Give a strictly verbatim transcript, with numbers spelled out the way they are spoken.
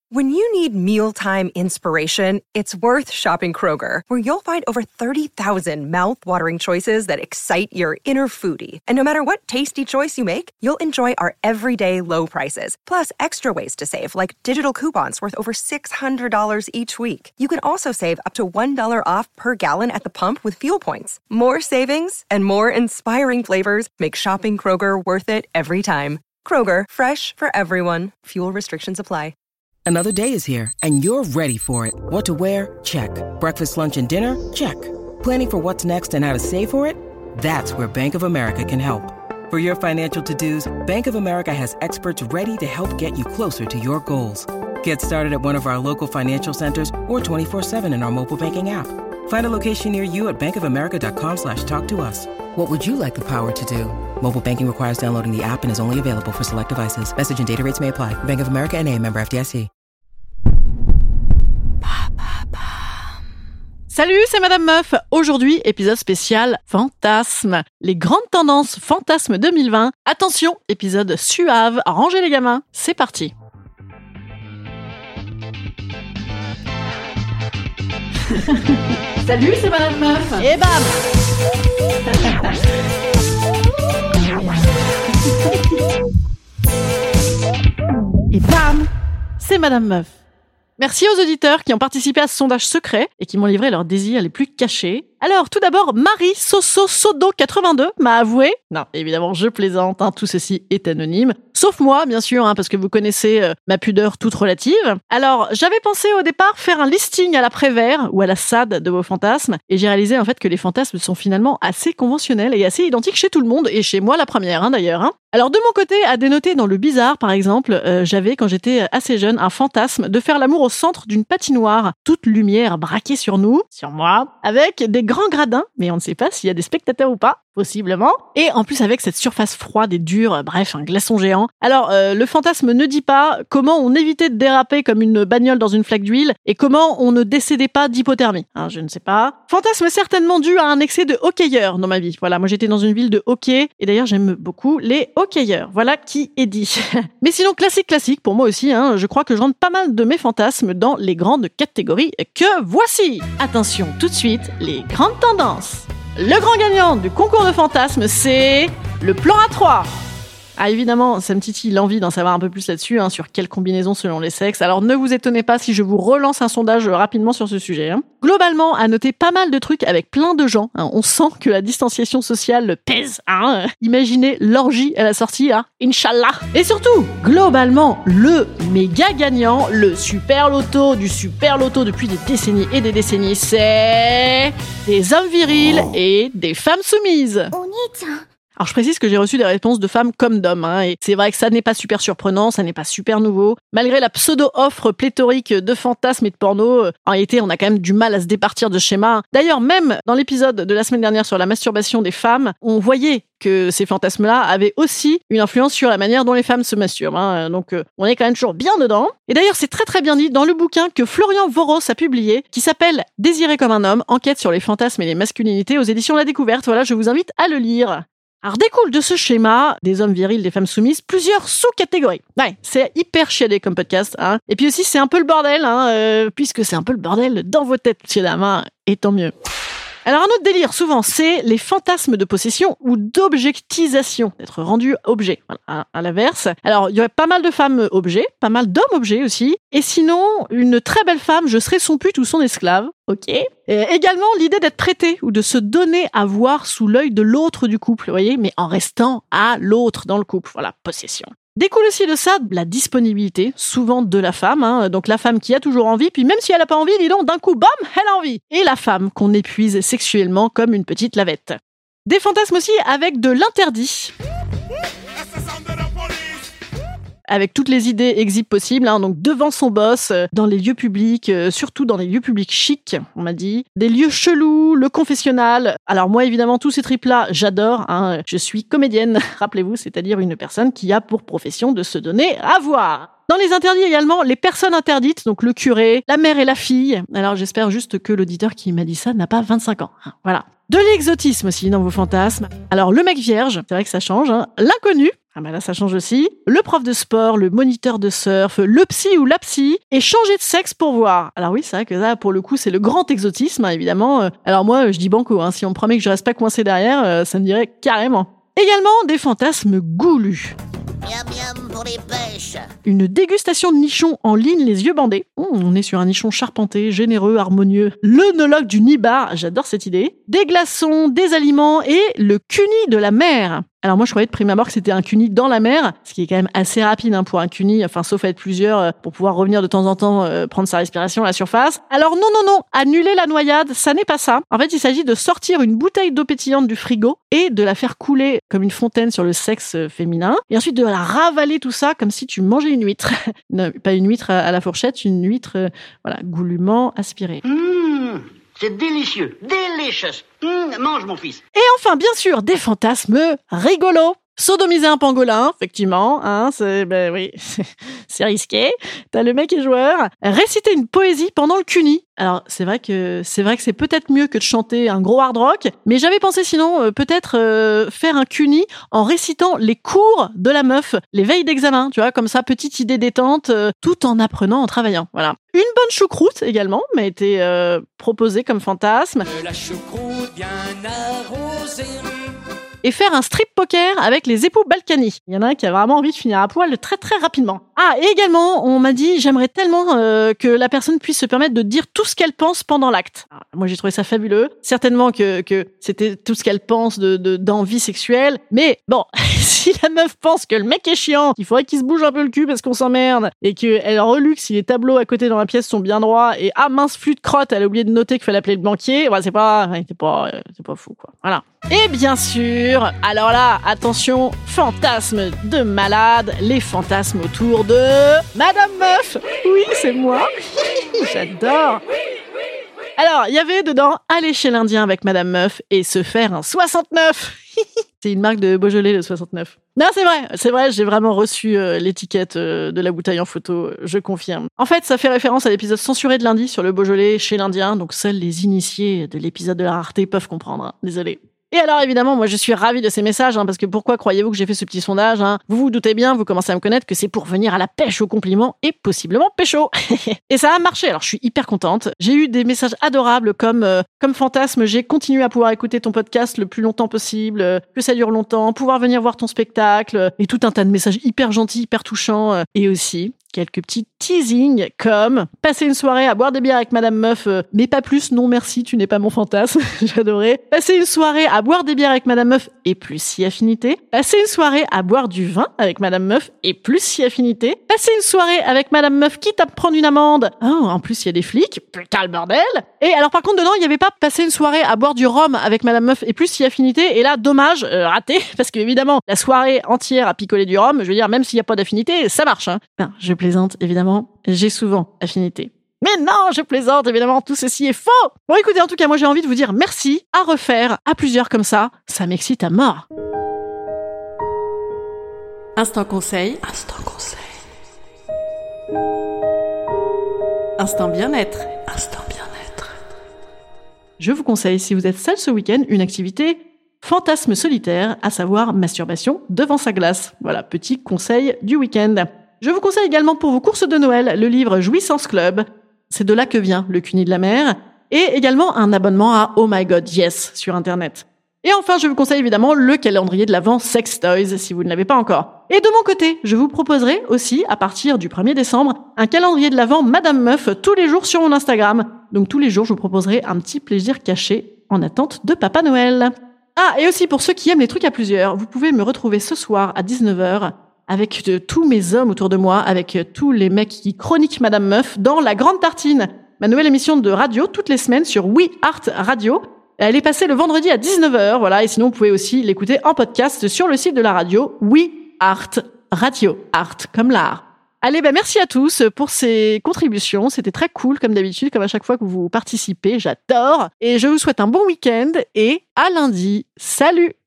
When you need mealtime inspiration, it's worth shopping Kroger, where you'll find over thirty thousand mouth-watering choices that excite your inner foodie. And no matter what tasty choice you make, you'll enjoy our everyday low prices, plus extra ways to save, like digital coupons worth over six hundred dollars each week. You can also save up to one dollar off per gallon at the pump with fuel points. More savings and more inspiring flavors make shopping Kroger worth it every time. Kroger, fresh for everyone. Fuel restrictions apply. Another day is here, and you're ready for it. What to wear? Check. Breakfast, lunch, and dinner? Check. Planning for what's next and how to save for it? That's where Bank of America can help. For your financial to-dos, Bank of America has experts ready to help get you closer to your goals. Get started at one of our local financial centers or twenty-four seven in our mobile banking app. Find a location near you at bankofamerica.com slash talk to us. What would you like the power to do? Mobile banking requires downloading the app and is only available for select devices. Message and data rates may apply. Bank of America N A, member F D I C. Salut, c'est Madame Meuf. Aujourd'hui, épisode spécial Fantasmes. Les grandes tendances Fantasmes deux mille vingt. Attention, épisode suave. Rangez les gamins. C'est parti. Salut, c'est Madame Meuf. Et bam. Et bam, c'est Madame Meuf. Merci aux auditeurs qui ont participé à ce sondage secret et qui m'ont livré leurs désirs les plus cachés. Alors, tout d'abord, Marie Soso Sodo quatre-vingt-deux m'a avoué... Non, évidemment, je plaisante, hein, tout ceci est anonyme. Sauf moi, bien sûr, hein, parce que vous connaissez euh, ma pudeur toute relative. Alors, j'avais pensé au départ faire un listing à la Prévert ou à la S A D de vos fantasmes, et j'ai réalisé en fait que les fantasmes sont finalement assez conventionnels et assez identiques chez tout le monde, et chez moi la première, hein, d'ailleurs. Hein. Alors, de mon côté, à dénoter dans le bizarre, par exemple, euh, j'avais, quand j'étais assez jeune, un fantasme de faire l'amour au centre d'une patinoire, toute lumière braquée sur nous, sur moi, avec des grands gradins, mais on ne sait pas s'il y a des spectateurs ou pas, possiblement. Et en plus avec cette surface froide et dure, bref, un glaçon géant. Alors, euh, le fantasme ne dit pas comment on évitait de déraper comme une bagnole dans une flaque d'huile et comment on ne décédait pas d'hypothermie. Hein, je ne sais pas. Fantasme certainement dû à un excès de hockeyeurs dans ma vie. Voilà, moi j'étais dans une ville de hockey et d'ailleurs j'aime beaucoup les hockeyeurs. Voilà qui est dit. Mais sinon, classique classique pour moi aussi, hein, je crois que je rentre pas mal de mes fantasmes dans les grandes catégories que voici. Attention, tout de suite, les grandes tendances. Le grand gagnant du concours de fantasmes, c'est le plan A trois. Ah évidemment, ça me titille l'envie d'en savoir un peu plus là-dessus, hein, sur quelles combinaisons selon les sexes. Alors ne vous étonnez pas si je vous relance un sondage rapidement sur ce sujet. Hein. Globalement, à noter pas mal de trucs avec plein de gens. Hein. On sent que la distanciation sociale pèse. Hein. Imaginez l'orgie à la sortie, hein. Inch'Allah. Et surtout, globalement, le méga gagnant, le super loto du super loto depuis des décennies et des décennies, c'est des hommes virils et des femmes soumises. Alors je précise que j'ai reçu des réponses de femmes comme d'hommes, hein, et c'est vrai que ça n'est pas super surprenant, ça n'est pas super nouveau. Malgré la pseudo-offre pléthorique de fantasmes et de porno, en réalité on a quand même du mal à se départir de ce schéma. D'ailleurs même dans l'épisode de la semaine dernière sur la masturbation des femmes, on voyait que ces fantasmes-là avaient aussi une influence sur la manière dont les femmes se masturbent. Hein. Donc euh, on est quand même toujours bien dedans. Et d'ailleurs c'est très très bien dit dans le bouquin que Florian Voros a publié, qui s'appelle « Désiré comme un homme, enquête sur les fantasmes et les masculinités » aux éditions La Découverte. Voilà, je vous invite à le lire. Alors découle de ce schéma, des hommes virils, des femmes soumises, plusieurs sous-catégories. Ouais, c'est hyper chiadé comme podcast, hein. Et puis aussi, c'est un peu le bordel, hein, euh, puisque c'est un peu le bordel dans vos têtes, monsieur dames, hein, et tant mieux. Alors un autre délire, souvent, c'est les fantasmes de possession ou d'objectisation, d'être rendu objet, voilà, à, à l'inverse. Alors, il y aurait pas mal de femmes objets, pas mal d'hommes objets aussi, et sinon, une très belle femme, je serais son pute ou son esclave, ok. Et également, l'idée d'être prêté ou de se donner à voir sous l'œil de l'autre du couple, vous voyez, mais en restant à l'autre dans le couple, voilà, possession. Découle aussi de ça la disponibilité, souvent de la femme, hein, donc la femme qui a toujours envie, puis même si elle n'a pas envie, dis donc, d'un coup, bam, elle a envie. Et la femme qu'on épuise sexuellement comme une petite lavette. Des fantasmes aussi avec de l'interdit. Avec toutes les idées exhibe possibles, hein, donc devant son boss, euh, dans les lieux publics, euh, surtout dans les lieux publics chics, on m'a dit, des lieux chelous, le confessionnal. Alors moi, évidemment, tous ces tripes-là, j'adore. Hein, je suis comédienne, rappelez-vous, c'est-à-dire une personne qui a pour profession de se donner à voir. Dans les interdits également, les personnes interdites, donc le curé, la mère et la fille. Alors j'espère juste que l'auditeur qui m'a dit ça n'a pas vingt-cinq ans. Hein, voilà. De l'exotisme aussi dans vos fantasmes. Alors le mec vierge, c'est vrai que ça change. Hein. L'inconnu, Ah bah là, ça change aussi. Le prof de sport, le moniteur de surf, le psy ou la psy, et changer de sexe pour voir. Alors oui, c'est vrai que là, pour le coup, c'est le grand exotisme, hein, évidemment. Alors moi, je dis banco, hein, si on me promet que je reste pas coincé derrière, euh, ça me dirait carrément. Également, des fantasmes goulus. Miam miam pour les pêches. Une dégustation de nichons en ligne, les yeux bandés. Mmh, on est sur un nichon charpenté, généreux, harmonieux. L'œnologue du nibar, j'adore cette idée. Des glaçons, des aliments et le cuni de la mer. Alors moi, je croyais de prime abord que c'était un cuni dans la mer, ce qui est quand même assez rapide hein, pour un cuni, enfin sauf à être plusieurs, euh, pour pouvoir revenir de temps en temps euh, prendre sa respiration à la surface. Alors non, non, non, annuler la noyade, ça n'est pas ça. En fait, il s'agit de sortir une bouteille d'eau pétillante du frigo et de la faire couler comme une fontaine sur le sexe féminin, et ensuite de la ravaler tout ça comme si tu mangeais une huître. Non, pas une huître à la fourchette, une huître, euh, voilà, goulûment aspirée. Mmh, c'est délicieux, delicious. Mmh, mange mon fils. Et enfin, bien sûr, des fantasmes rigolos. Sodomiser un pangolin, effectivement, hein, c'est, ben oui, c'est risqué. T'as le mec est joueur. Réciter une poésie pendant le cuni. Alors, c'est vrai que, c'est vrai que c'est peut-être mieux que de chanter un gros hard rock, mais j'avais pensé sinon, euh, peut-être, euh, faire un cuni en récitant les cours de la meuf, les veilles d'examen, tu vois, comme ça, petite idée détente, euh, tout en apprenant en travaillant, voilà. Une bonne choucroute également m'a été, euh, proposée comme fantasme. De la choucroute bien arrosée. Et faire un strip poker avec les époux Balkany. Il y en a un qui a vraiment envie de finir à poil très très rapidement. Ah, et également, on m'a dit, j'aimerais tellement euh, que la personne puisse se permettre de dire tout ce qu'elle pense pendant l'acte. Alors, moi, j'ai trouvé ça fabuleux. Certainement que, que c'était tout ce qu'elle pense de, de, d'envie sexuelle. Mais bon, si la meuf pense que le mec est chiant, qu'il faudrait qu'il se bouge un peu le cul parce qu'on s'emmerde, et qu'elle reluque si les tableaux à côté dans la pièce sont bien droits, et ah mince, flûte de crotte, elle a oublié de noter qu'il fallait appeler le banquier, ouais, c'est pas, c'est pas, c'est pas fou, quoi. Voilà. Et bien sûr, alors là, attention, fantasme de malade, les fantasmes autour de Madame Meuf. Oui, c'est moi. J'adore. Alors, il y avait dedans aller chez l'Indien avec Madame Meuf et se faire un soixante-neuf. C'est une marque de Beaujolais, le soixante-neuf. Non, c'est vrai, c'est vrai, j'ai vraiment reçu euh, l'étiquette euh, de la bouteille en photo, je confirme. En fait, ça fait référence à l'épisode censuré de lundi sur le Beaujolais chez l'Indien, donc seuls les initiés de l'épisode de la rareté peuvent comprendre. Hein. Désolé. Et alors évidemment, moi je suis ravie de ces messages, hein, parce que pourquoi croyez-vous que j'ai fait ce petit sondage hein Vous vous doutez bien, vous commencez à me connaître, que c'est pour venir à la pêche aux compliments et possiblement pécho. Et ça a marché, alors je suis hyper contente. J'ai eu des messages adorables comme euh, comme fantasme, j'ai continué à pouvoir écouter ton podcast le plus longtemps possible, euh, que ça dure longtemps, pouvoir venir voir ton spectacle, euh, et tout un tas de messages hyper gentils, hyper touchants, euh, et aussi quelques petits teasings comme passer une soirée à boire des bières avec Madame Meuf, euh, mais pas plus, non merci, tu n'es pas mon fantasme, j'adorais. Passer une soirée à boire des bières avec Madame Meuf et plus si affinité. Passer une soirée à boire du vin avec Madame Meuf et plus si affinité. Passer une soirée avec Madame Meuf quitte à prendre une amende. Oh, en plus il y a des flics, putain le bordel. Et alors par contre dedans il y avait pas passer une soirée à boire du rhum avec Madame Meuf et plus si affinité. Et là dommage, euh, raté, parce que évidemment la soirée entière à picoler du rhum, je veux dire même s'il y a pas d'affinité, ça marche. Hein. Ben, je plaisante, évidemment, j'ai souvent affinité. Mais non, je plaisante, évidemment, tout ceci est faux. Bon, écoutez, en tout cas, moi, j'ai envie de vous dire merci, à refaire, à plusieurs comme ça, ça m'excite à mort. Instant conseil. Instant conseil. Instant bien-être. Instant bien-être. Je vous conseille, si vous êtes seul ce week-end, une activité fantasme solitaire, à savoir masturbation devant sa glace. Voilà, petit conseil du week-end. Je vous conseille également pour vos courses de Noël le livre Jouissance Club. C'est de là que vient le cuni de la mer. Et également un abonnement à Oh My God Yes sur Internet. Et enfin, je vous conseille évidemment le calendrier de l'Avent Sex Toys si vous ne l'avez pas encore. Et de mon côté, je vous proposerai aussi, à partir du premier décembre, un calendrier de l'Avent Madame Meuf tous les jours sur mon Instagram. Donc tous les jours, je vous proposerai un petit plaisir caché en attente de Papa Noël. Ah, et aussi pour ceux qui aiment les trucs à plusieurs, vous pouvez me retrouver ce soir à dix-neuf heures avec de, tous mes hommes autour de moi, avec tous les mecs qui chroniquent Madame Meuf dans La Grande Tartine, ma nouvelle émission de radio toutes les semaines sur We Art Radio. Elle est passée le vendredi à dix-neuf heures, voilà, et sinon vous pouvez aussi l'écouter en podcast sur le site de la radio We Art Radio, art comme l'art. Allez, ben merci à tous pour ces contributions, c'était très cool comme d'habitude, comme à chaque fois que vous participez, j'adore. Et je vous souhaite un bon week-end et à lundi. Salut!